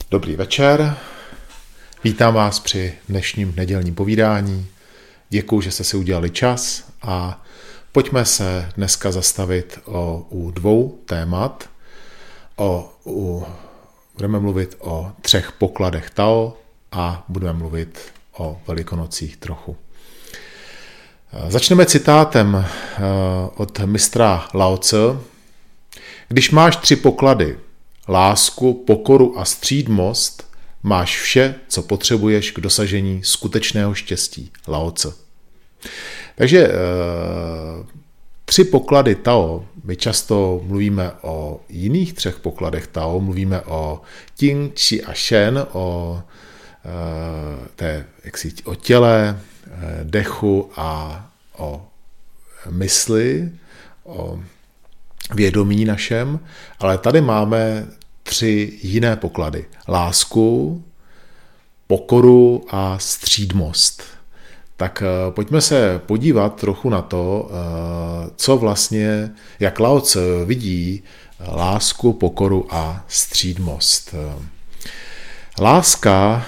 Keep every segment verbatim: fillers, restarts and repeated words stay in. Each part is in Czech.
Dobrý večer, vítám vás při dnešním nedělním povídání. Děkuji, že jste si udělali čas a pojďme se dneska zastavit o, u dvou témat. O, u, budeme mluvit o třech pokladech Tao a budeme mluvit o Velikonocích trochu. Začneme citátem od mistra Lao Tse. Když máš tři poklady, lásku, pokoru a střídmost, máš vše, co potřebuješ k dosažení skutečného štěstí. Lao Tse. Takže tři poklady Tao, my často mluvíme o jiných třech pokladech Tao, mluvíme o Jing, Qi a Shen, o, té, jaksi, o těle, dechu a o mysli, o vědomí našem, ale tady máme tři jiné poklady. Lásku, pokoru a střídmost. Tak pojďme se podívat trochu na to, co vlastně, jak Lao Tse vidí lásku, pokoru a střídmost. Láska,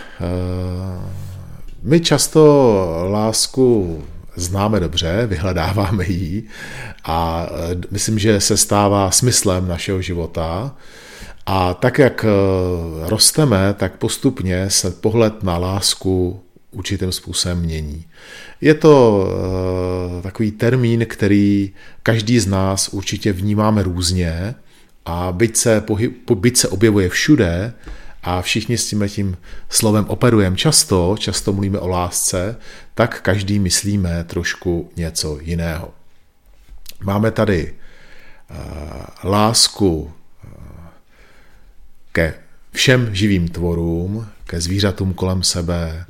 my často lásku známe dobře, vyhledáváme ji a myslím, že se stává smyslem našeho života. A tak, jak rosteme, tak postupně se pohled na lásku určitým způsobem mění. Je to takový termín, který každý z nás určitě vnímáme různě a byť se, pohyb, byť se objevuje všude a všichni s tím tím slovem operujeme často, často mluvíme o lásce, tak každý myslíme trošku něco jiného. Máme tady uh, lásku ke všem živým tvorům, ke zvířatům kolem sebe,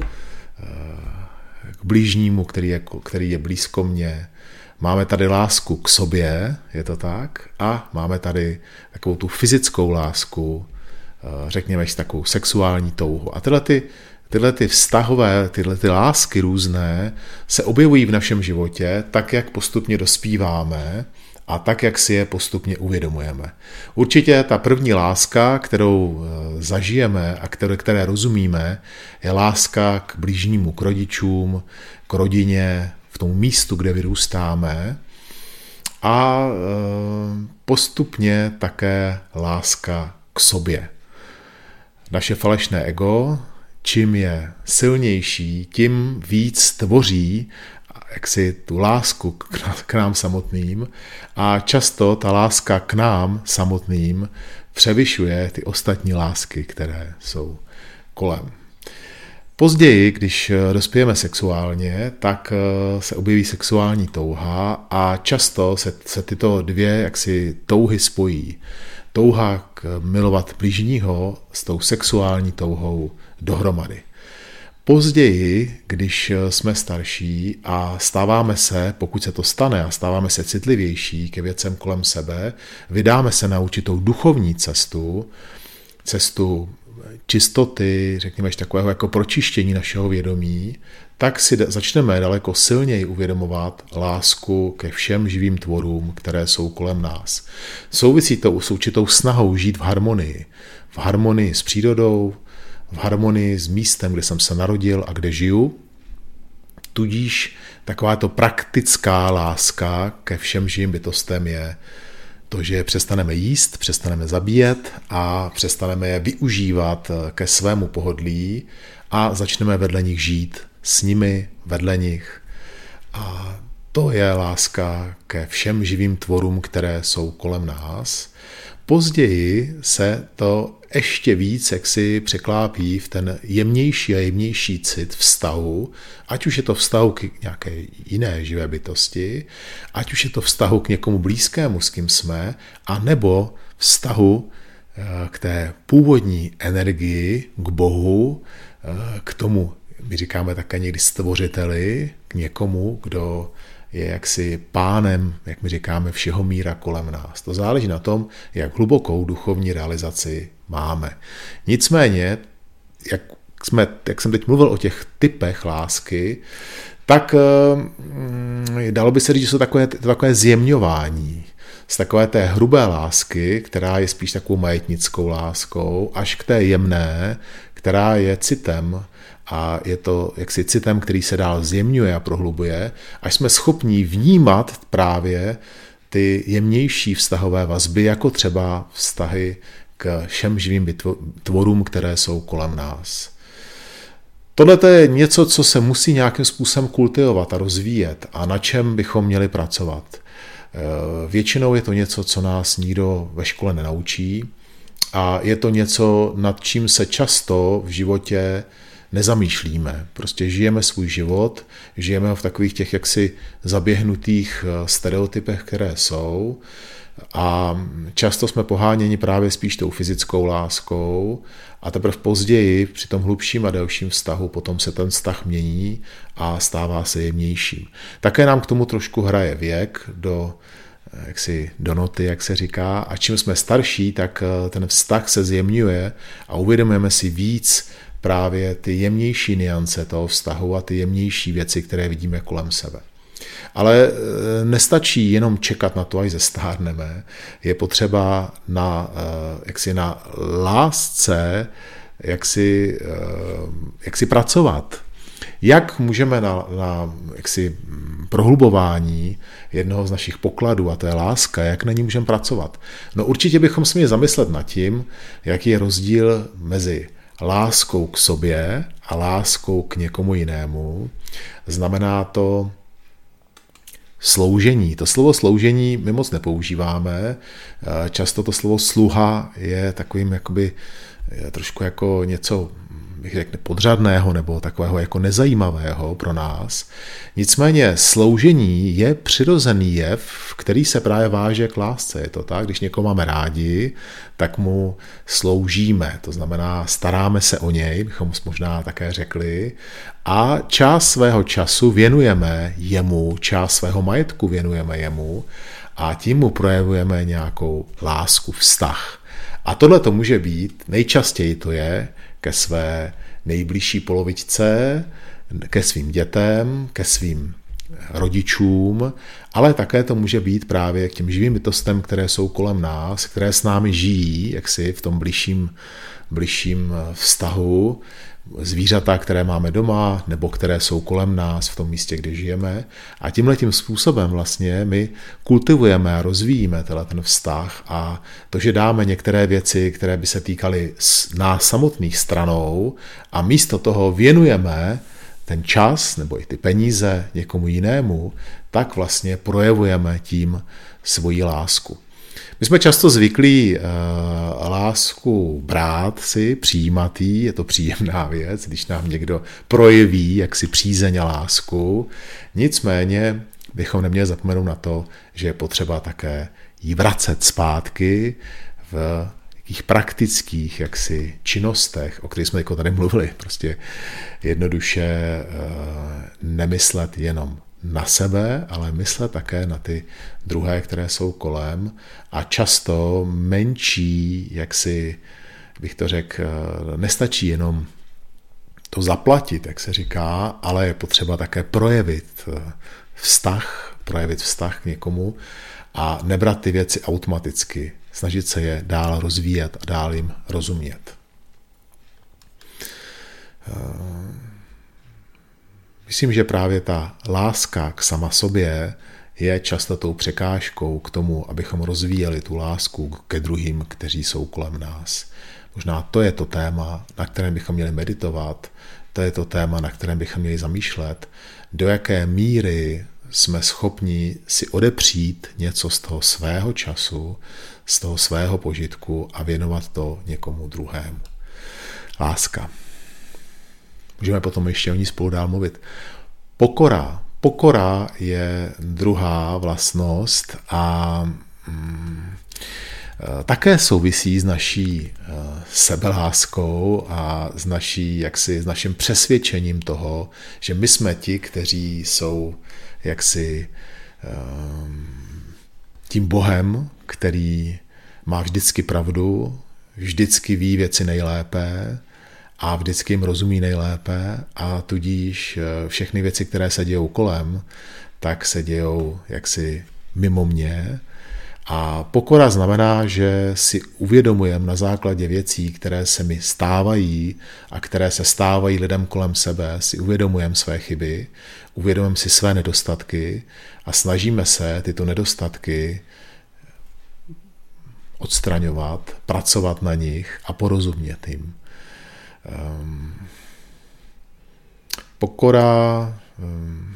k blížnímu, který je, který je blízko mně. Máme tady lásku k sobě, je to tak? A máme tady takovou tu fyzickou lásku, řekněme si takovou sexuální touhu. A tyhle ty, tyhle ty vztahové, tyhle ty lásky různé se objevují v našem životě tak, jak postupně dospíváme a tak, jak si je postupně uvědomujeme. Určitě ta první láska, kterou zažijeme a které, které rozumíme, je láska k blížnímu, k rodičům, k rodině, v tom místu, kde vyrůstáme a postupně také láska k sobě. Naše falešné ego, čím je silnější, tím víc tvoří jaksi tu lásku k nám samotným a často ta láska k nám samotným převyšuje ty ostatní lásky, které jsou kolem. Později, když dospějeme sexuálně, tak se objeví sexuální touha a často se, se tyto dvě jaksi touhy spojí. Touha k milovat blížního s tou sexuální touhou dohromady. Později, když jsme starší a stáváme se, pokud se to stane a stáváme se citlivější ke věcem kolem sebe, vydáme se na určitou duchovní cestu, cestu čistoty, řekněme takového jako pročištění našeho vědomí, tak si začneme daleko silněji uvědomovat lásku ke všem živým tvorům, které jsou kolem nás. Souvisí to s určitou snahou žít v harmonii. V harmonii s přírodou, v harmonii s místem, kde jsem se narodil a kde žiju. Tudíž takováto praktická láska ke všem živým bytostem je to, že je přestaneme jíst, přestaneme zabíjet a přestaneme je využívat ke svému pohodlí a začneme vedle nich žít, s nimi, vedle nich. A to je láska ke všem živým tvorům, které jsou kolem nás. Později se to ještě víc jaksi překlápí v ten jemnější a jemnější cit vztahu, ať už je to vztahu k nějaké jiné živé bytosti, ať už je to vztahu k někomu blízkému, s kým jsme, a nebo vztahu k té původní energii, k Bohu, k tomu, my říkáme také někdy stvořiteli, k někomu, kdo je jaksi pánem, jak my říkáme, všeho míra kolem nás. To záleží na tom, jak hlubokou duchovní realizaci máme. Nicméně, jak, jsme, jak jsem teď mluvil o těch typech lásky, tak dalo by se říct, že jsou takové, takové zjemňování. z takové té hrubé lásky, která je spíš takovou majetnickou láskou, až k té jemné, která je citem a je to jaksi citem, který se dál zjemňuje a prohlubuje, až jsme schopní vnímat právě ty jemnější vztahové vazby, jako třeba vztahy k všem živým tvorům, které jsou kolem nás. Tohle je něco, co se musí nějakým způsobem kultivovat a rozvíjet a na čem bychom měli pracovat. Většinou je to něco, co nás nikdo ve škole nenaučí a je to něco, nad čím se často v životě nezamýšlíme. Prostě žijeme svůj život, žijeme v takových těch jaksi zaběhnutých stereotypech, které jsou a často jsme poháněni právě spíš tou fyzickou láskou a teprve později při tom hlubším a delším vztahu potom se ten vztah mění a stává se jemnějším. Také nám k tomu trošku hraje věk do, jaksi, do noty, jak se říká, a čím jsme starší, tak ten vztah se zjemňuje a uvědomujeme si víc právě ty jemnější nuance toho vztahu a ty jemnější věci, které vidíme kolem sebe. Ale nestačí jenom čekat na to, až zestárneme. Je potřeba na, jaksi na lásce jaksi, jaksi pracovat. Jak můžeme na, na jaksi prohlubování jednoho z našich pokladů, a to je láska, jak na ní můžeme pracovat? No určitě bychom se měli zamyslet nad tím, jaký je rozdíl mezi láskou k sobě a láskou k někomu jinému. Znamená to sloužení. To slovo sloužení my moc nepoužíváme. Často to slovo sluha je takovým jakoby trošku jako něco, bych řekl, podřadného nebo takového jako nezajímavého pro nás. Nicméně sloužení je přirozený jev, který se právě váže k lásce. Je to tak, když někoho máme rádi, tak mu sloužíme. To znamená, staráme se o něj, bychom možná také řekli, a část svého času věnujeme jemu, část svého majetku věnujeme jemu a tím mu projevujeme nějakou lásku, vztah. A tohle to může být, nejčastěji to je, ke své nejbližší polovičce, ke svým dětem, ke svým rodičům, ale také to může být právě k těm živým bytostem, které jsou kolem nás, které s námi žijí, jaksi v tom bližším, bližším vztahu, zvířata, které máme doma, nebo které jsou kolem nás v tom místě, kde žijeme. A tímhletím způsobem vlastně my kultivujeme a rozvíjíme ten vztah a to, že dáme některé věci, které by se týkaly nás samotných stranou a místo toho věnujeme ten čas nebo i ty peníze někomu jinému, tak vlastně projevujeme tím svoji lásku. My jsme často zvyklí uh, lásku brát si, přijímat jí, je to příjemná věc, když nám někdo projeví jaksi přízeň a lásku. Nicméně bychom neměli zapomenout na to, že je potřeba také jí vracet zpátky v jakých praktických jaksi činnostech, o kterých jsme jako tady mluvili. Prostě jednoduše uh, nemyslet jenom na sebe, ale myslet také na ty druhé, které jsou kolem a často menší, jak si bych to řekl, nestačí jenom to zaplatit, jak se říká, ale je potřeba také projevit vztah, projevit vztah k někomu a nebrat ty věci automaticky, snažit se je dál rozvíjet a dál jim rozumět. Myslím, že právě ta láska k sama sobě je často tou překážkou k tomu, abychom rozvíjeli tu lásku ke druhým, kteří jsou kolem nás. Možná to je to téma, na kterém bychom měli meditovat, to je to téma, na kterém bychom měli zamýšlet, do jaké míry jsme schopni si odepřít něco z toho svého času, z toho svého požitku a věnovat to někomu druhému. Láska. Můžeme potom ještě o ní spolu dál mluvit. Pokora. Pokora je druhá vlastnost a mm, také souvisí s naší sebeláskou a s, naší, jaksi, s naším přesvědčením toho, že my jsme ti, kteří jsou jaksi tím Bohem, který má vždycky pravdu, vždycky ví věci nejlépe a vždycky jim rozumí nejlépe a tudíž všechny věci, které se dějou kolem, tak se dějou jaksi mimo mě A pokora znamená, že si uvědomujeme na základě věcí, které se mi stávají a které se stávají lidem kolem sebe, si uvědomujeme své chyby, uvědomujeme si své nedostatky a snažíme se tyto nedostatky odstraňovat, pracovat na nich a porozumět jim. Um, pokora um,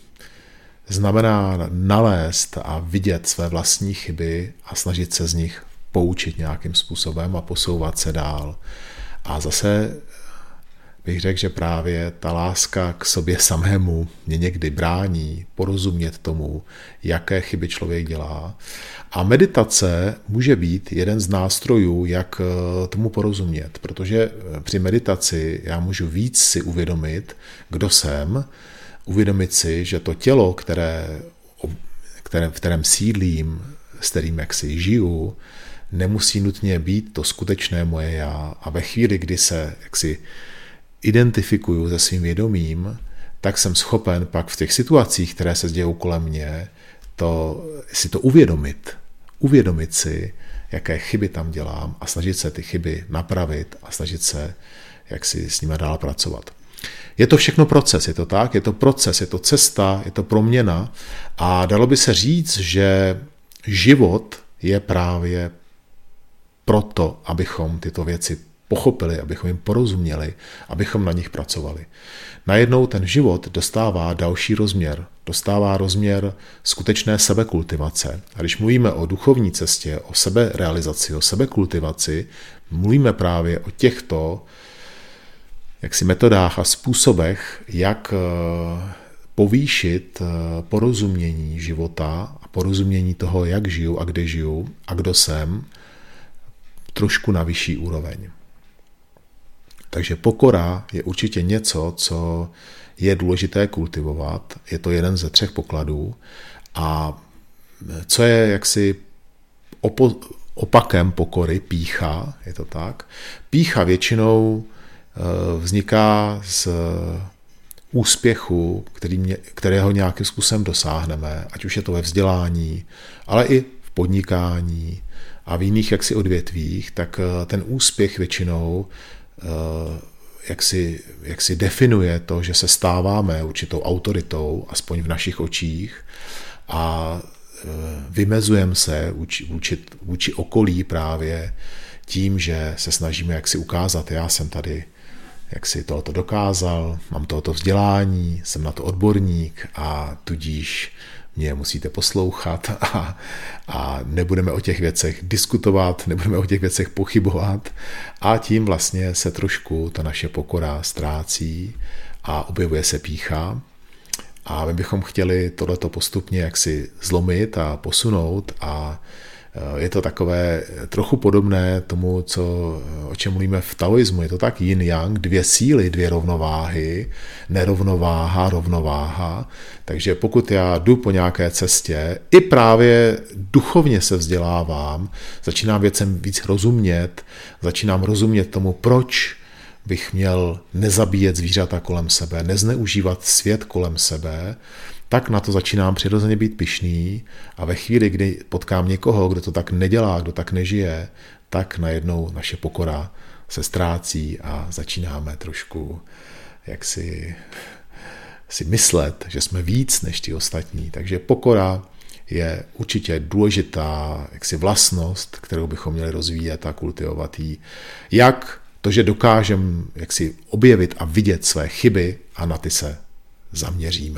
znamená nalézt a vidět své vlastní chyby a snažit se z nich poučit nějakým způsobem a posouvat se dál. A zase bych řekl, že právě ta láska k sobě samému mě někdy brání porozumět tomu, jaké chyby člověk dělá. A meditace může být jeden z nástrojů, jak tomu porozumět, protože při meditaci já můžu víc si uvědomit, kdo jsem, uvědomit si, že to tělo, které, které, v kterém sídlím, s kterým jaksi žiju, nemusí nutně být to skutečné moje já. A ve chvíli, kdy se jaksi identifikuju se svým vědomím, tak jsem schopen pak v těch situacích, které se dějí kolem mě, to, si to uvědomit. Uvědomit si, jaké chyby tam dělám a snažit se ty chyby napravit a snažit se, jak si s nimi dál pracovat. Je to všechno proces, je to tak? Je to proces, je to cesta, je to proměna a dalo by se říct, že život je právě proto, abychom tyto věci pochopili, abychom jim porozuměli, abychom na nich pracovali. Najednou ten život dostává další rozměr, dostává rozměr skutečné sebekultivace. A když mluvíme o duchovní cestě, o seberealizaci, o sebekultivaci, mluvíme právě o těchto jaksi metodách a způsobech, jak povýšit porozumění života a porozumění toho, jak žiju a kde žiju a kdo jsem, trošku na vyšší úroveň. Takže pokora je určitě něco, co je důležité kultivovat. Je to jeden ze třech pokladů. A co je jaksi opo- opakem pokory, pýcha, je to tak? Pýcha většinou vzniká z úspěchu, který mě, kterého nějakým způsobem dosáhneme, ať už je to ve vzdělání, ale i v podnikání a v jiných jaksi odvětvích, tak ten úspěch většinou jak si, jak si definuje to, že se stáváme určitou autoritou, aspoň v našich očích, a vymezujeme se vůči, vůči, vůči okolí právě tím, že se snažíme jaksi ukázat, já jsem tady jak si tohoto dokázal, mám tohoto vzdělání, jsem na to odborník a tudíž mě musíte poslouchat a, a nebudeme o těch věcech diskutovat, nebudeme o těch věcech pochybovat a tím vlastně se trošku ta naše pokora ztrácí a objevuje se pýcha. A my bychom chtěli tohleto postupně jaksi zlomit a posunout a je to takové trochu podobné tomu, co, o čem mluvíme v taoismu. Je to tak yin-yang, dvě síly, dvě rovnováhy, nerovnováha, rovnováha. Takže pokud já jdu po nějaké cestě, i právě duchovně se vzdělávám, začínám věcem víc rozumět, začínám rozumět tomu, proč bych měl nezabíjet zvířata kolem sebe, nezneužívat svět kolem sebe, tak na to začínám přirozeně být pyšný a ve chvíli, kdy potkám někoho, kdo to tak nedělá, kdo tak nežije, tak najednou naše pokora se ztrácí a začínáme trošku jak si, si myslet, že jsme víc než ti ostatní. Takže pokora je určitě důležitá jaksi vlastnost, kterou bychom měli rozvíjet a kultivovat jí. Jak to, že dokážeme jaksi objevit a vidět své chyby a na ty se zaměříme.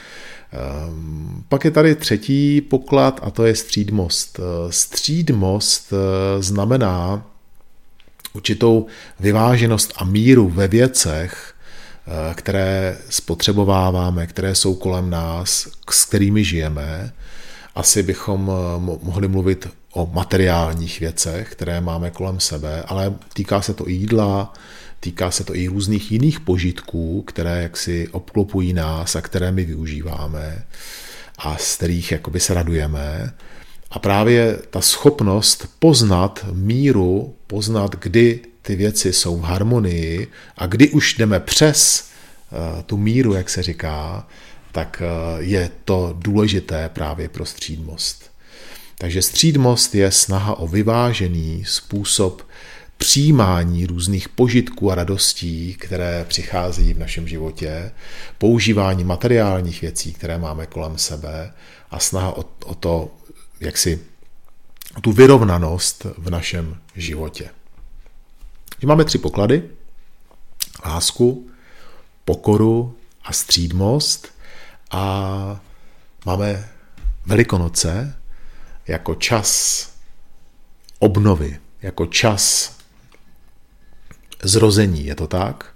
Pak je tady třetí poklad a to je střídmost. Střídmost znamená určitou vyváženost a míru ve věcech, které spotřebováváme, které jsou kolem nás, s kterými žijeme. Asi bychom mohli mluvit o materiálních věcech, které máme kolem sebe, ale týká se to i jídla, týká se to i různých jiných požitků, které jaksi obklopují nás a které my využíváme a z kterých jakoby se radujeme. A právě ta schopnost poznat míru, poznat, kdy ty věci jsou v harmonii a kdy už jdeme přes tu míru, jak se říká, tak je to důležité právě pro střídmost. Takže střídmost je snaha o vyvážený způsob přijímání různých požitků a radostí, které přichází v našem životě, používání materiálních věcí, které máme kolem sebe a snaha o, o to, jak si, o tu vyrovnanost v našem životě. Máme tři poklady: lásku, pokoru a střídmost, a máme Velikonoce jako čas obnovy, jako čas zrození, je to tak?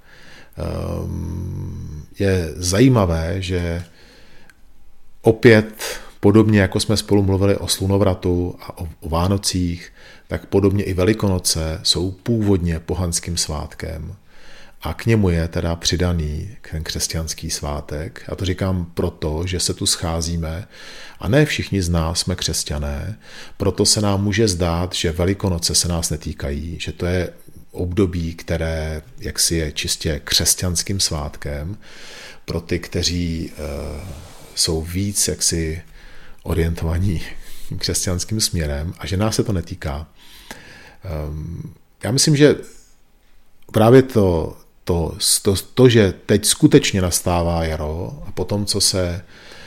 Je zajímavé, že opět podobně jako jsme spolu mluvili o slunovratu a o, o Vánocích, tak podobně i Velikonoce jsou původně pohanským svátkem a k němu je teda přidaný ten křesťanský svátek. Já to říkám proto, že se tu scházíme a ne všichni z nás jsme křesťané, proto se nám může zdát, že Velikonoce se nás netýkají, že to je období, které jaksi je čistě křesťanským svátkem. Pro ty, kteří e, jsou víc jaksi orientovaní křesťanským směrem a že nás se to netýká. E, já myslím, že právě to, to, to, to, že teď skutečně nastává jaro a potom, co se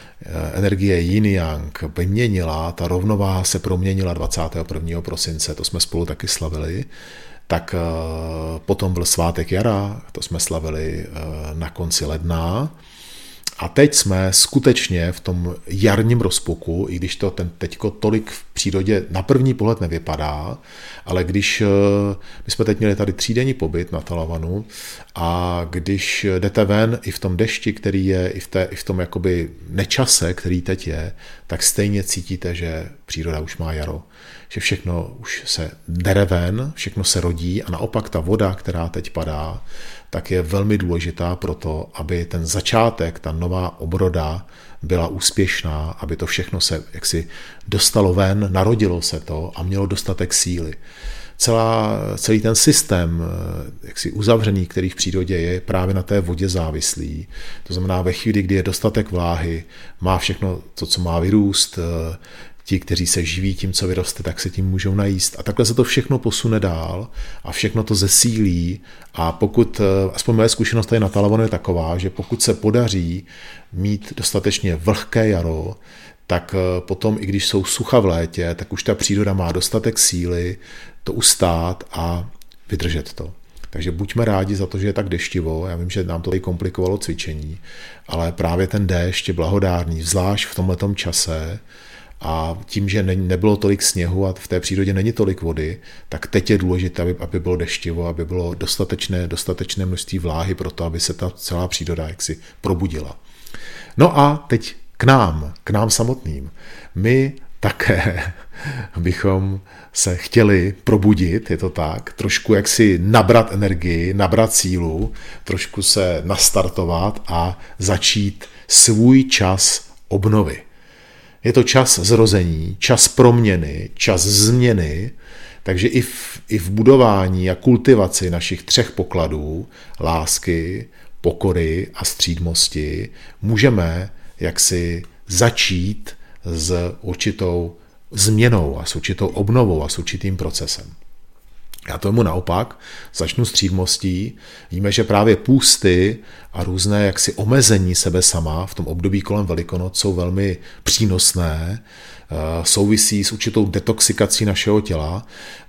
energie yin-yang vyměnila, ta rovnováha se proměnila dvacátého prvního prosince, to jsme spolu taky slavili, tak potom byl svátek jara, to jsme slavili na konci ledna. A teď jsme skutečně v tom jarním rozpuku, i když to ten teďko tolik v přírodě na první pohled nevypadá, ale když my jsme teď měli tady třídenní pobyt na Talavanu a když jdete ven i v tom dešti, který je, i v, té, i v tom jakoby nečase, který teď je, tak stejně cítíte, že příroda už má jaro, že všechno už se dere ven, všechno se rodí a naopak ta voda, která teď padá, tak je velmi důležitá pro to, aby ten začátek, ta nová obroda byla úspěšná, aby to všechno se jaksi dostalo ven, narodilo se to a mělo dostatek síly. Celá, celý ten systém jaksi uzavřený, který v přírodě je, právě na té vodě závislý. To znamená, ve chvíli, kdy je dostatek vláhy, má všechno to, co má vyrůst, ti, kteří se živí tím, co vyroste, tak se tím můžou najíst. A takhle se to všechno posune dál a všechno to zesílí. A pokud, aspoň moje zkušenost tady na Talavanu je taková, že pokud se podaří mít dostatečně vlhké jaro, tak potom, i když jsou sucha v létě, tak už ta příroda má dostatek síly to ustát a vydržet to. Takže buďme rádi za to, že je tak deštivo. Já vím, že nám to tady komplikovalo cvičení, ale právě ten déšť je blahodárný, zvlášť v tomhletom čase. A tím, že nebylo tolik sněhu a v té přírodě není tolik vody, tak teď je důležité, aby, aby bylo deštivo, aby bylo dostatečné, dostatečné množství vláhy pro to, aby se ta celá příroda jaksi probudila. No a teď k nám, k nám samotným. My také bychom se chtěli probudit, je to tak, trošku jaksi nabrat energii, nabrat sílu, trošku se nastartovat a začít svůj čas obnovy. Je to čas zrození, čas proměny, čas změny, takže i v, i v budování a kultivaci našich třech pokladů, lásky, pokory a střídmosti, můžeme jaksi začít s určitou změnou a s určitou obnovou a s určitým procesem. Já tomu naopak začnu střídmostí. Víme, že právě půsty a různé jaksi omezení sebe sama v tom období kolem Velikonoc jsou velmi přínosné, souvisí s určitou detoxikací našeho těla.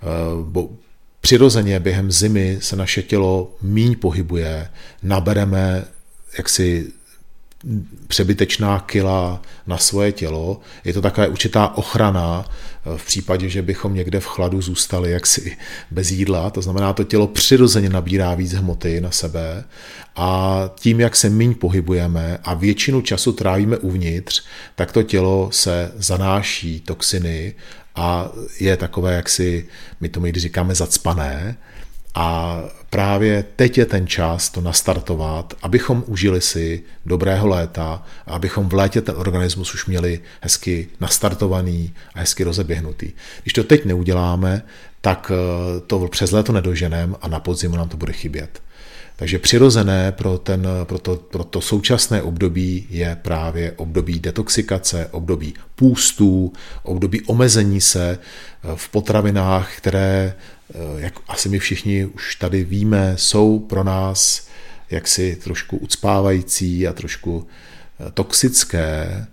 Přirozeně během zimy se naše tělo míň pohybuje, nabereme jaksi přebytečná kila na svoje tělo. Je to taková určitá ochrana v případě, že bychom někde v chladu zůstali jaksi bez jídla. To znamená, to tělo přirozeně nabírá víc hmoty na sebe a tím, jak se míň pohybujeme a většinu času trávíme uvnitř, tak to tělo se zanáší toxiny a je takové, jak si my tomu říkáme, zacpané. A právě teď je ten čas to nastartovat, abychom užili si dobrého léta a abychom v létě ten organismus už měli hezky nastartovaný a hezky rozeběhnutý. Když to teď neuděláme, tak to přes léto nedoženeme a na podzimu nám to bude chybět. Takže přirozené pro, ten, pro, to, pro to současné období je právě období detoxikace, období půstů, období omezení se v potravinách, které, jak asi my všichni už tady víme, jsou pro nás jaksi trošku ucpávající a trošku toxické.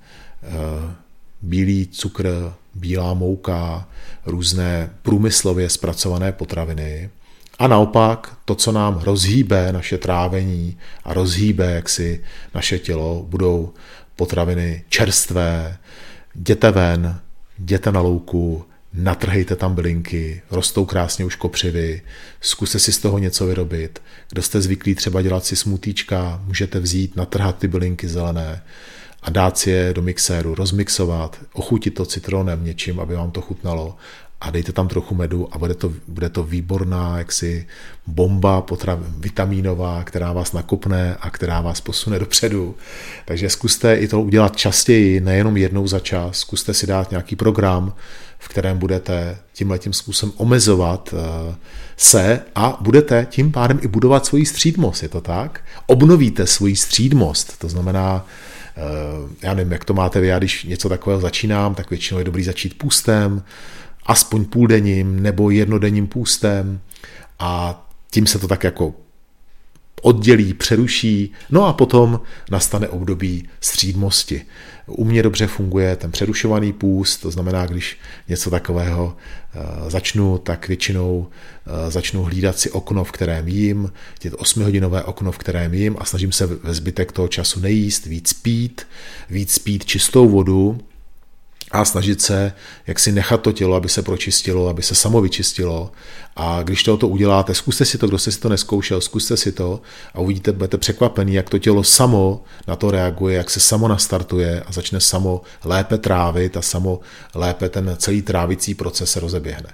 Bílý cukr, bílá mouka, různé průmyslově zpracované potraviny. A naopak to, co nám rozhýbe naše trávení a rozhýbe jaksi naše tělo, budou potraviny čerstvé, jděte ven, jděte na louku, natrhejte tam bylinky, rostou krásně už kopřivy, zkuste si z toho něco vyrobit. Kdo jste zvyklí třeba dělat si smutíčka, můžete vzít, natrhat ty bylinky zelené a dát si je do mixéru, rozmixovat, ochutit to citronem něčím, aby vám to chutnalo. A dejte tam trochu medu a bude to, bude to výborná jaksi bomba potrav, vitamínová, která vás nakopne a která vás posune dopředu. Takže zkuste i to udělat častěji, nejenom jednou za čas. Zkuste si dát nějaký program, v kterém budete tímhletím způsobem omezovat se a budete tím pádem i budovat svoji střídmost. Je to tak? Obnovíte svoji střídmost. To znamená, já nevím, jak to máte vy, já když něco takového začínám, tak většinou je dobrý začít půstem, aspoň půldenním nebo jednodenním půstem a tím se to tak jako oddělí, přeruší, no a potom nastane období střídmosti. U mě dobře funguje ten přerušovaný půst, to znamená, když něco takového začnu, tak většinou začnu hlídat si okno, v kterém jím, je to osmihodinové okno, v kterém jím a snažím se ve zbytek toho času nejíst, víc pít, víc pít čistou vodu, a snažit se, jak si nechat to tělo, aby se pročistilo, aby se samo vyčistilo. A když to uděláte, zkuste si to, kdo jste si to neskoušel, zkuste si to a uvidíte, budete překvapený, jak to tělo samo na to reaguje, jak se samo nastartuje a začne samo lépe trávit a samo lépe ten celý trávicí proces se rozeběhne.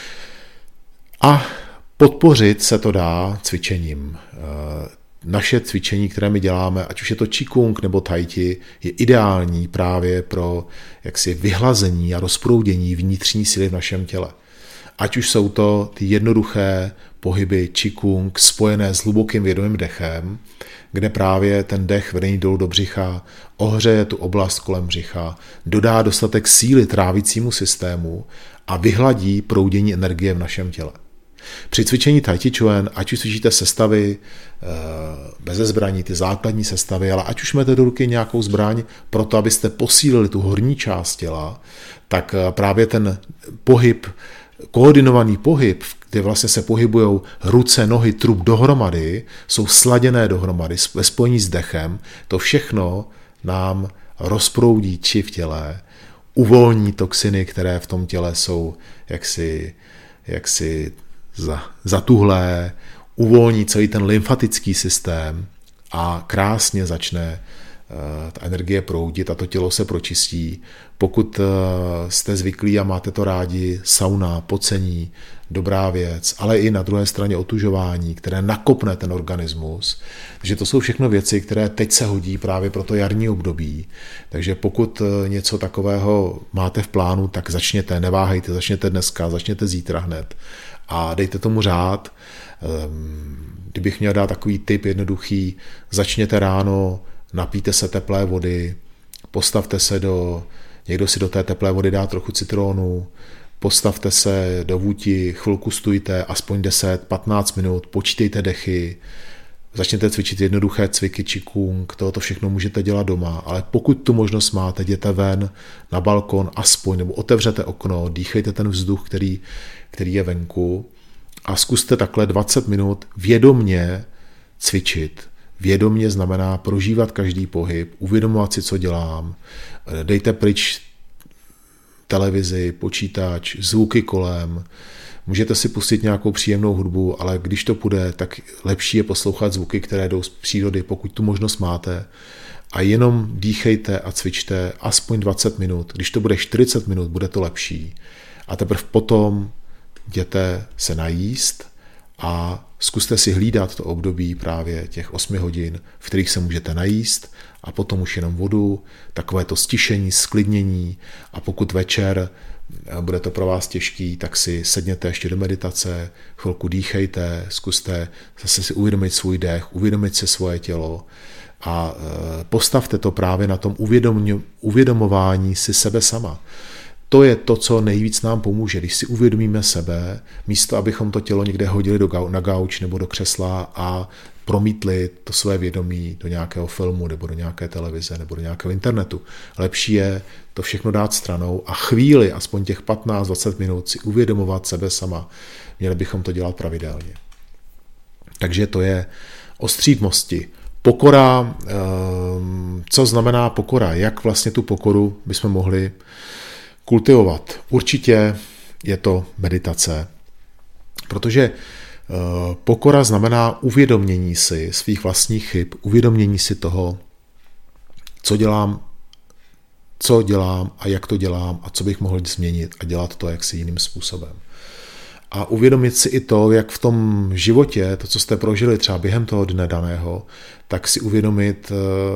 A podpořit se to dá cvičením. Naše cvičení, které my děláme, ať už je to Qigong nebo Tai Chi, je ideální právě pro jaksi vyhlazení a rozproudění vnitřní síly v našem těle. Ať už jsou to ty jednoduché pohyby Qigong spojené s hlubokým vědomým dechem, kde právě ten dech vedení dolů do břicha ohřeje tu oblast kolem břicha, dodá dostatek síly trávicímu systému a vyhladí proudění energie v našem těle. Při cvičení Tai Chi Chuan, ať už cvičíte sestavy beze zbraní, ty základní sestavy, ale ať už máte do ruky nějakou zbraň pro to, abyste posílili tu horní část těla, tak právě ten pohyb, koordinovaný pohyb, kde vlastně se pohybují ruce, nohy, trup dohromady, jsou sladěné dohromady ve spojení s dechem, to všechno nám rozproudí či v těle, uvolní toxiny, které v tom těle jsou jaksi, jaksi zatuhlé, uvolní celý ten lymfatický systém a krásně začne ta energie proudit a to tělo se pročistí. Pokud jste zvyklí a máte to rádi, sauna, pocení, dobrá věc, ale i na druhé straně otužování, které nakopne ten organismus. Takže to jsou všechno věci, které teď se hodí právě pro to jarní období. Takže pokud něco takového máte v plánu, tak začněte, neváhejte, začněte dneska, začněte zítra hned a dejte tomu řád. Kdybych měl dát takový tip jednoduchý, začněte ráno, napijte se teplé vody, postavte se do, někdo si do té teplé vody dá trochu citronu, postavte se do vůti, chvilku stůjte, aspoň deset patnáct minut, počítejte dechy, začněte cvičit jednoduché cviky Qigong, toto všechno můžete dělat doma, ale pokud tu možnost máte, jděte ven na balkon aspoň, nebo otevřete okno, dýchejte ten vzduch, který, který je venku a zkuste takhle dvacet minut vědomně cvičit. Vědomně znamená prožívat každý pohyb, uvědomovat si, co dělám, dejte pryč televizi, počítač, zvuky kolem, můžete si pustit nějakou příjemnou hudbu, ale když to půjde, tak lepší je poslouchat zvuky, které jdou z přírody, pokud tu možnost máte. A jenom dýchejte a cvičte aspoň dvacet minut. Když to bude čtyřicet minut, bude to lepší. A teprve potom jděte se najíst a zkuste si hlídat to období právě těch osmi hodin, v kterých se můžete najíst a potom už jenom vodu, takové to stišení, sklidnění a pokud večer bude to pro vás těžký, tak si sedněte ještě do meditace, chvilku dýchejte, zkuste zase si uvědomit svůj dech, uvědomit si svoje tělo a postavte to právě na tom uvědomování si sebe sama. To je to, co nejvíc nám pomůže, když si uvědomíme sebe, místo abychom to tělo někde hodili do, na gauč nebo do křesla a promítli to své vědomí do nějakého filmu nebo do nějaké televize nebo do nějakého internetu. Lepší je to všechno dát stranou a chvíli, aspoň těch patnáct dvacet minut, si uvědomovat sebe sama. Měli bychom to dělat pravidelně. Takže to je o střídmosti. Pokora, co znamená pokora? Jak vlastně tu pokoru bychom mohli kultivovat? Určitě je to meditace, protože pokora znamená uvědomění si svých vlastních chyb, uvědomění si toho, co dělám, co dělám a jak to dělám a co bych mohl změnit a dělat to jaksi jiným způsobem. A uvědomit si i to, jak v tom životě, to, co jste prožili třeba během toho dne daného, tak si uvědomit,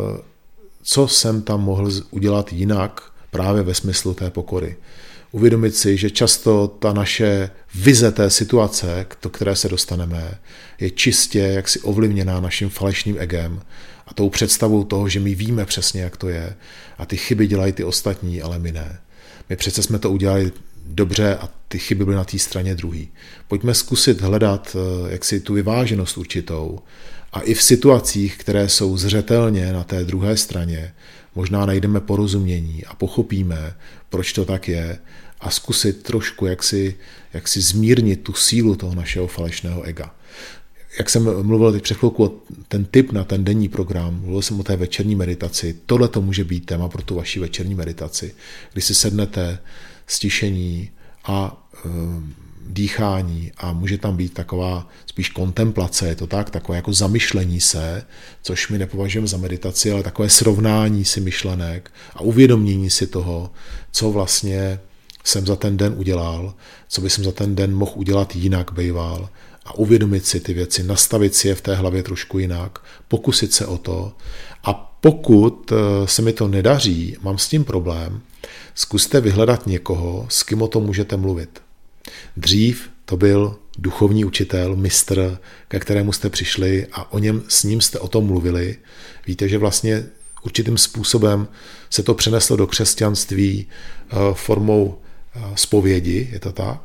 co jsem tam mohl udělat jinak právě ve smyslu té pokory. Uvědomit si, že často ta naše vize té situace, do které se dostaneme, je čistě jaksi ovlivněná naším falešným egem a tou představou toho, že my víme přesně, jak to je a ty chyby dělají ty ostatní, ale my ne. My přece jsme to udělali dobře a ty chyby byly na té straně druhý. Pojďme zkusit hledat jaksi tu vyváženost určitou a i v situacích, které jsou zřetelně na té druhé straně, možná najdeme porozumění a pochopíme, proč to tak je a zkusit trošku jaksi, jaksi zmírnit tu sílu toho našeho falešného ega. Jak jsem mluvil teď před chvilkou, ten tip na ten denní program, mluvil jsem o té večerní meditaci, tohle to může být téma pro tu vaši večerní meditaci, kdy si sednete stišení a e, dýchání a může tam být taková spíš kontemplace, je to tak, takové jako zamyšlení se, což my nepovažujeme za meditaci, ale takové srovnání si myšlenek a uvědomění si toho, co vlastně jsem za ten den udělal, co by jsem za ten den mohl udělat jinak bejval a uvědomit si ty věci, nastavit si je v té hlavě trošku jinak, pokusit se o to a pokud se mi to nedaří, mám s tím problém, zkuste vyhledat někoho, s kým o tom můžete mluvit. Dřív to byl duchovní učitel, mistr, ke kterému jste přišli a o něm, s ním jste o tom mluvili. Víte, že vlastně určitým způsobem se to přeneslo do křesťanství formou zpovědi, je to tak?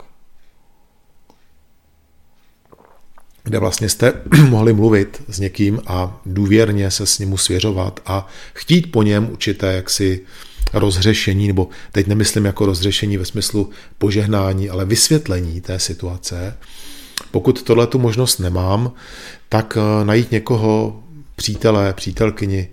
Kde vlastně jste mohli mluvit s někým a důvěrně se s ním svěřovat a chtít po něm určité jaksi rozřešení, nebo teď nemyslím jako rozřešení ve smyslu požehnání, ale vysvětlení té situace. Pokud tohle tu možnost nemám, tak najít někoho, přítele, přítelkyni,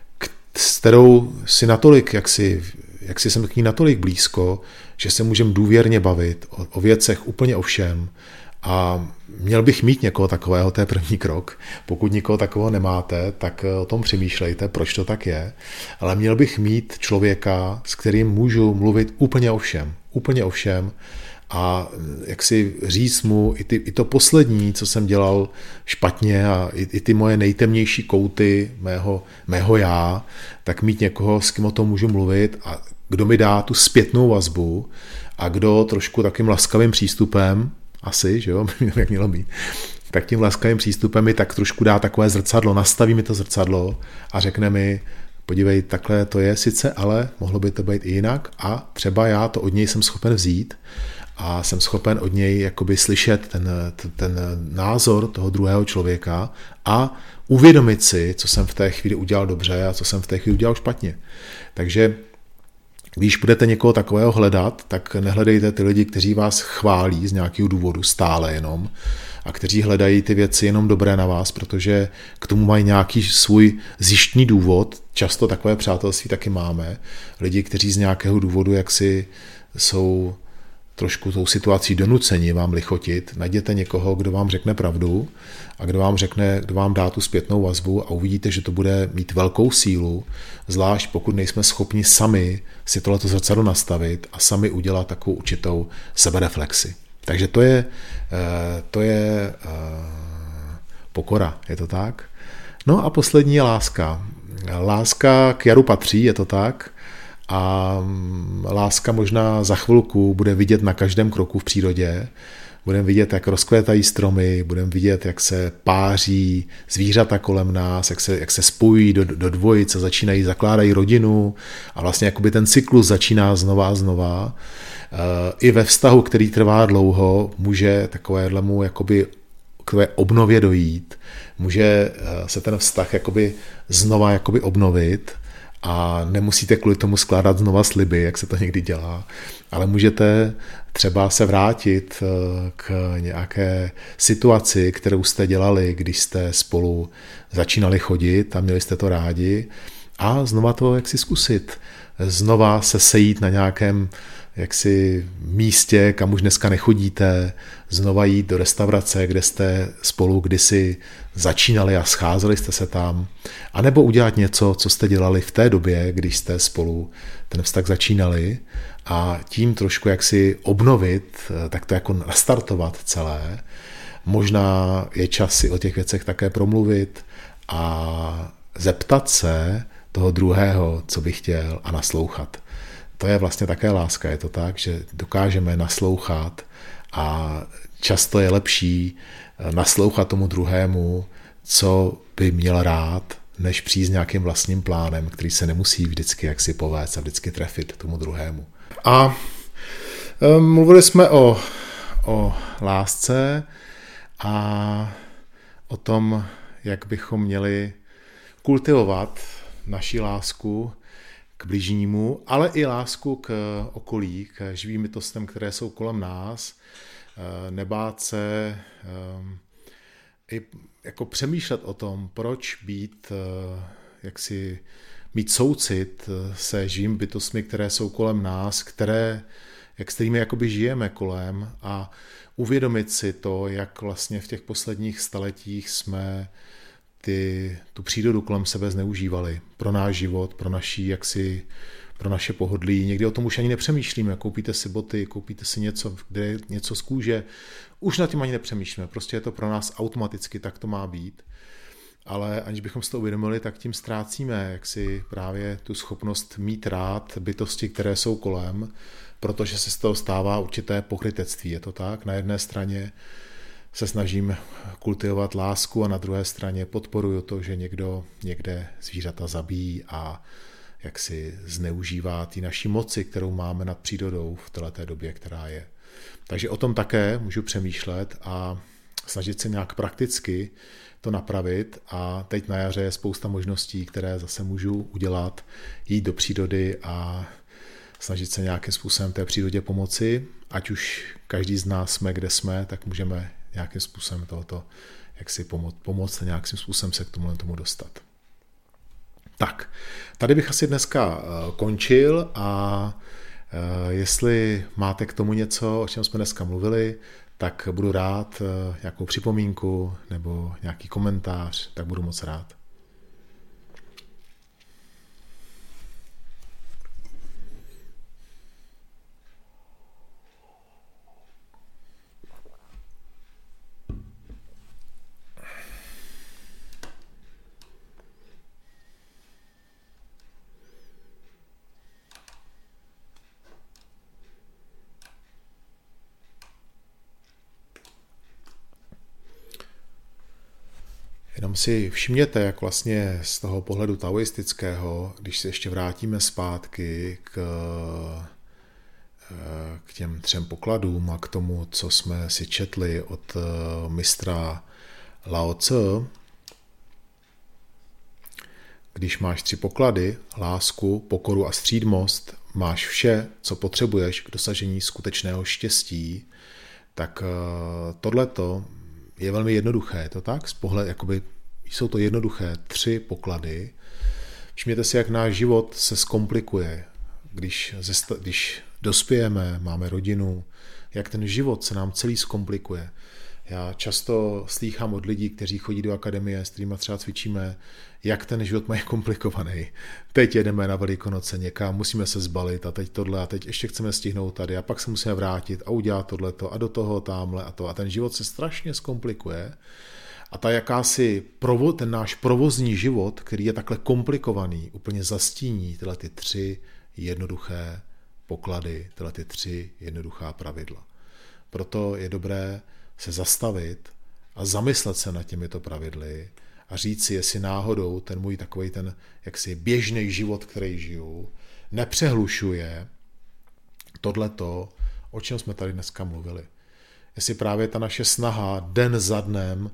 s kterou si natolik, jak si, jak si jsem k ní natolik blízko, že se můžeme důvěrně bavit o, o věcech úplně o všem. A měl bych mít někoho takového, to je první krok. Pokud nikoho takového nemáte, tak o tom přemýšlejte, proč to tak je. Ale měl bych mít člověka, s kterým můžu mluvit úplně o všem. Úplně o všem. A jak si říct mu i, ty, i to poslední, co jsem dělal špatně a i, i ty moje nejtemnější kouty mého, mého já, tak mít někoho, s kým o tom můžu mluvit a kdo mi dá tu zpětnou vazbu a kdo trošku takým laskavým přístupem, asi, že jo, jak mělo být, tak tím laskavým přístupem mi tak trošku dá takové zrcadlo, nastaví mi to zrcadlo a řekne mi, podívej, takhle to je sice, ale mohlo by to být i jinak a třeba já to od něj jsem schopen vzít a jsem schopen od něj jakoby slyšet ten, ten názor toho druhého člověka a uvědomit si, co jsem v té chvíli udělal dobře a co jsem v té chvíli udělal špatně. Takže když budete někoho takového hledat, tak nehledejte ty lidi, kteří vás chválí z nějakého důvodu stále jenom a kteří hledají ty věci jenom dobré na vás, protože k tomu mají nějaký svůj zjištní důvod. Často takové přátelství taky máme. Lidi, kteří z nějakého důvodu jaksi jsou trošku tou situací donuceni vám lichotit. Najděte někoho, kdo vám řekne pravdu a kdo vám řekne, kdo vám dá tu zpětnou vazbu a uvidíte, že to bude mít velkou sílu, zvlášť pokud nejsme schopni sami si tohleto zrcadlo nastavit a sami udělat takovou určitou sebereflexi. Takže to je, to je pokora, je to tak? No a poslední je láska. Láska k jaru patří, je to tak? A láska možná za chvilku bude vidět na každém kroku v přírodě. Budeme vidět, jak rozkvétají stromy, budeme vidět, jak se páří zvířata kolem nás, jak se, jak se spojují do, do dvojic a začínají, zakládají rodinu a vlastně jakoby ten cyklus začíná znova a znova. I ve vztahu, který trvá dlouho, může takovému jakoby k té obnově dojít, může se ten vztah jakoby znova jakoby obnovit a nemusíte kvůli tomu skládat znova sliby, jak se to někdy dělá, ale můžete třeba se vrátit k nějaké situaci, kterou jste dělali, když jste spolu začínali chodit a měli jste to rádi a znova to jaksi zkusit. Znova se sejít na nějakém jaksi místě, kam už dneska nechodíte, znova jít do restaurace, kde jste spolu kdysi začínali a scházeli jste se tam, anebo udělat něco, co jste dělali v té době, když jste spolu ten vztah začínali a tím trošku jaksi obnovit, tak to jako nastartovat celé. Možná je čas si o těch věcech také promluvit a zeptat se toho druhého, co by chtěl a naslouchat. To je vlastně také láska, je to tak, že dokážeme naslouchat a často je lepší naslouchat tomu druhému, co by měl rád, než přijít s nějakým vlastním plánem, který se nemusí vždycky jaksi povést a vždycky trefit tomu druhému. A mluvili jsme o, o lásce a o tom, jak bychom měli kultivovat naši lásku k bližnímu, ale i lásku k okolí, k živým bytostem, které jsou kolem nás, nebát se i jako přemýšlet o tom, proč být, jak si mít soucit se živými bytostmi, které jsou kolem nás, které, jak s kterými jakoby žijeme kolem a uvědomit si to, jak vlastně v těch posledních staletích jsme ty, tu přírodu kolem sebe zneužívali pro náš život, pro naší, jaksi, pro naše pohodlí. Někdy o tom už ani nepřemýšlíme. Koupíte si boty, koupíte si něco, kde je něco z kůže. Už nad tím ani nepřemýšlíme. Prostě je to pro nás automaticky, tak to má být. Ale aniž bychom si to uvědomili, tak tím ztrácíme jaksi právě tu schopnost mít rád bytosti, které jsou kolem, protože se z toho stává určité pokrytectví. Je to tak? Na jedné straně se snažím kultivovat lásku a na druhé straně podporuju to, že někdo někde zvířata zabíjí a jak si zneužívá ty naší moci, kterou máme nad přírodou v této době, která je. Takže o tom také můžu přemýšlet a snažit se nějak prakticky to napravit a teď na jaře je spousta možností, které zase můžu udělat, jít do přírody a snažit se nějakým způsobem té přírodě pomoci, ať už každý z nás jsme, kde jsme, tak můžeme nějakým způsobem tohoto, jak si pomoct, pomoct a nějakým způsobem se k tomu, tomu dostat. Tak, tady bych asi dneska končil a jestli máte k tomu něco, o čem jsme dneska mluvili, tak budu rád, nějakou připomínku nebo nějaký komentář, tak budu moc rád. Jenom si všimněte, jak vlastně z toho pohledu taoistického, když se ještě vrátíme zpátky k, k těm třem pokladům a k tomu, co jsme si četli od mistra Lao Tse, když máš tři poklady, lásku, pokoru a střídmost, máš vše, co potřebuješ k dosažení skutečného štěstí, tak tohleto je velmi jednoduché, to tak? Z pohled, jakoby, jsou to jednoduché tři poklady. Všimněte si, jak náš život se zkomplikuje, když, když dospějeme, máme rodinu, jak ten život se nám celý zkomplikuje. Já často slýchám od lidí, kteří chodí do akademie, s kterými třeba cvičíme, jak ten život mají komplikovaný. Teď jedeme na Velikonoce někam, musíme se zbalit a teď tohle a teď ještě chceme stihnout tady a pak se musíme vrátit a udělat tohleto a do toho támhle a to. A ten život se strašně zkomplikuje A ta jakási provo, ten náš provozní život, který je takhle komplikovaný, úplně zastíní tyhle ty tři jednoduché poklady, tyhle ty tři jednoduchá pravidla. Proto je dobré se zastavit a zamyslet se nad těmito pravidly a říct si, jestli náhodou ten můj takový ten jaksi běžný život, který žiju, nepřehlušuje tohleto, o čem jsme tady dneska mluvili. Jestli právě ta naše snaha den za dnem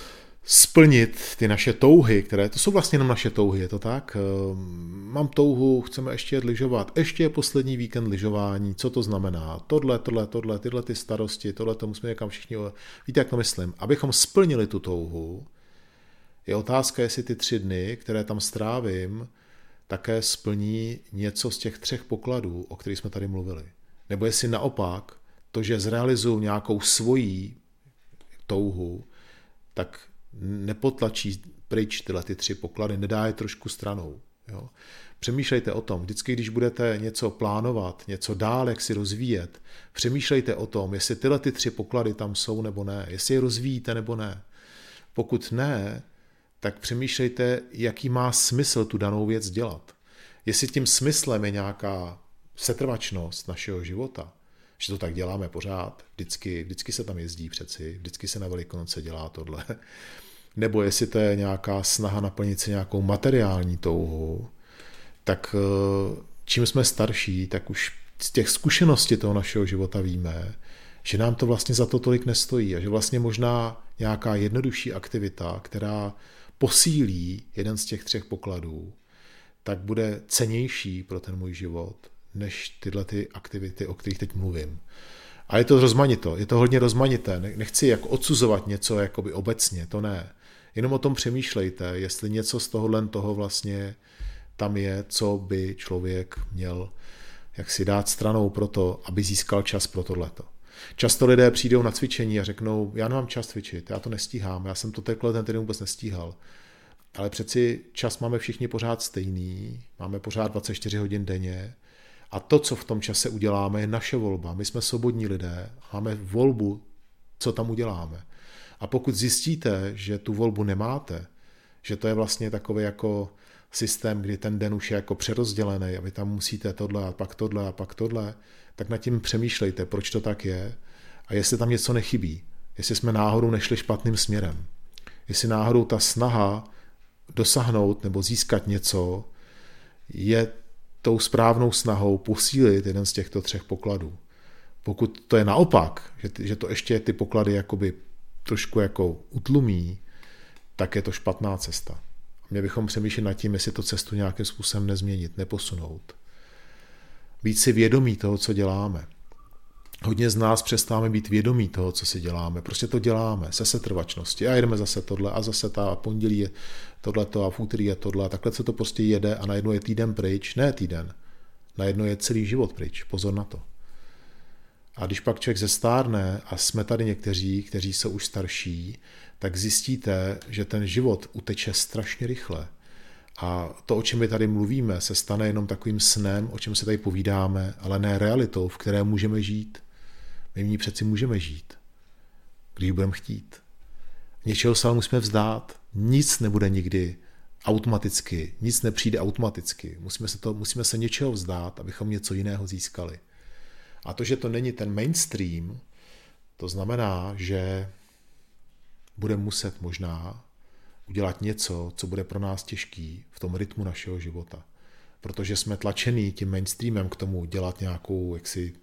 splnit ty naše touhy, které, to jsou vlastně jenom naše touhy, je to tak? Mám touhu, chceme ještě jet lyžovat, ještě je poslední víkend lyžování, co to znamená? Tohle, tohle, tohle, tyhle ty starosti, tohle, to musíme někam všichni, víte, jak to myslím? Abychom splnili tu touhu, je otázka, jestli ty tři dny, které tam strávím, také splní něco z těch třech pokladů, o kterých jsme tady mluvili. Nebo jestli naopak, to, že zrealizuju nějakou svoji touhu, tak nepotlačí pryč tyhle ty tři poklady, nedá je trošku stranou. Jo? Přemýšlejte o tom, vždycky, když budete něco plánovat, něco dál, jak si rozvíjet, přemýšlejte o tom, jestli tyhle ty tři poklady tam jsou nebo ne, jestli je rozvíjíte nebo ne. Pokud ne, tak přemýšlejte, jaký má smysl tu danou věc dělat. Jestli tím smyslem je nějaká setrvačnost našeho života, že to tak děláme pořád, vždycky, vždycky se tam jezdí přeci, vždycky se na Velikonoce dělá tohle, nebo jestli to je nějaká snaha naplnit si nějakou materiální touhu, tak čím jsme starší, tak už z těch zkušeností toho našeho života víme, že nám to vlastně za to tolik nestojí a že vlastně možná nějaká jednodušší aktivita, která posílí jeden z těch třech pokladů, tak bude cennější pro ten můj život, než tyhle ty aktivity, o kterých teď mluvím. A je to rozmanito, je to hodně rozmanité. Nechci jako odsuzovat něco jakoby obecně, to ne. Jenom o tom přemýšlejte, jestli něco z tohohle toho vlastně tam je, co by člověk měl jak si dát stranou pro to, aby získal čas pro tohleto. Často lidé přijdou na cvičení a řeknou, já nemám čas cvičit, já to nestíhám, já jsem to tenhle ten týden vůbec nestíhal. Ale přeci čas máme všichni pořád stejný, máme pořád dvacet čtyři hodin denně a to, co v tom čase uděláme, je naše volba. My jsme svobodní lidé, máme volbu, co tam uděláme. A pokud zjistíte, že tu volbu nemáte, že to je vlastně takový jako systém, kdy ten den už je jako přerozdělený a vy tam musíte tohle a pak tohle a pak tohle, tak nad tím přemýšlejte, proč to tak je a jestli tam něco nechybí, jestli jsme náhodou nešli špatným směrem, jestli náhodou ta snaha dosáhnout nebo získat něco je tou správnou snahou posílit jeden z těchto třech pokladů. Pokud to je naopak, že, že to ještě ty poklady jakoby trošku jako utlumí, tak je to špatná cesta. Měli bychom přemýšlet nad tím, jestli to cestu nějakým způsobem nezměnit, neposunout. Být si vědomí toho, co děláme. Hodně z nás přestáváme být vědomí toho, co si děláme. Prostě to děláme se setrvačnosti a jedeme zase tohle a zase ta a pondělí je tohleto a v úterý je tohle. Takhle se to prostě jede a najednou je týden pryč. Ne týden. Najednou je celý život pryč. Pozor na to. A když pak člověk zestárne a jsme tady někteří, kteří jsou už starší, tak zjistíte, že ten život uteče strašně rychle. A to, o čem my tady mluvíme, se stane jenom takovým snem, o čem se tady povídáme, ale ne realitou, v které můžeme žít. My v ní přeci můžeme žít, když budeme chtít. Něčeho se ale musíme vzdát. Nic nebude nikdy automaticky, nic nepřijde automaticky. Musíme se, to, musíme se něčeho vzdát, abychom něco jiného získali. A to, že to není ten mainstream, to znamená, že budeme muset možná udělat něco, co bude pro nás těžký v tom rytmu našeho života. Protože jsme tlačený tím mainstreamem k tomu dělat nějakou, jak si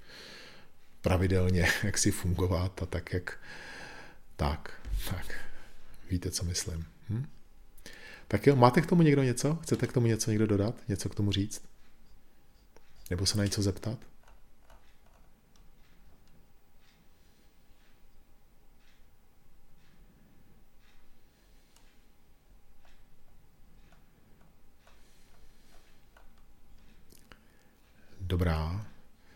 pravidelně, jak si fungovat a tak, jak tak, tak. Víte, co myslím. Hm? Tak jo, máte k tomu někdo něco? Chcete k tomu něco někdo dodat? Něco k tomu říct? Nebo se na něco zeptat? Dobrá.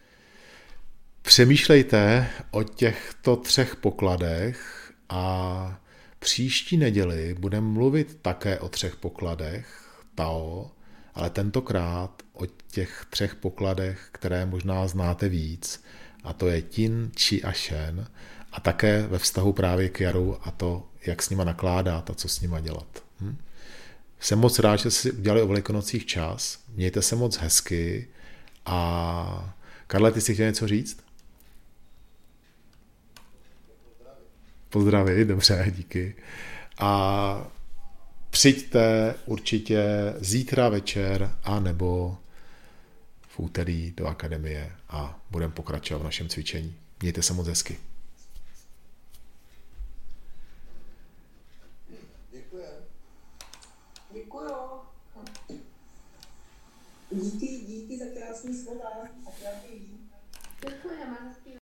Přemýšlejte o těchto třech pokladech a příští neděli budeme mluvit také o třech pokladech Tao, ale tentokrát o těch třech pokladech, které možná znáte víc, a to je Tin, Chi a Shen. a také ve vztahu právě k jaru a to, jak s nima nakládat a co s nima dělat. Hm? Jsem moc rád, že jste si udělali o Velikonocích čas. Mějte se moc hezky a Karle, ty jsi chtěl něco říct? Pozdraví, dobře, díky. A přijďte určitě zítra večer a nebo v úterý do akademie a budeme pokračovat v našem cvičení. Mějte se moc hezky. Děkuji. Děkuju. Díky, díky za krásný slova a krásný. Děkujeme.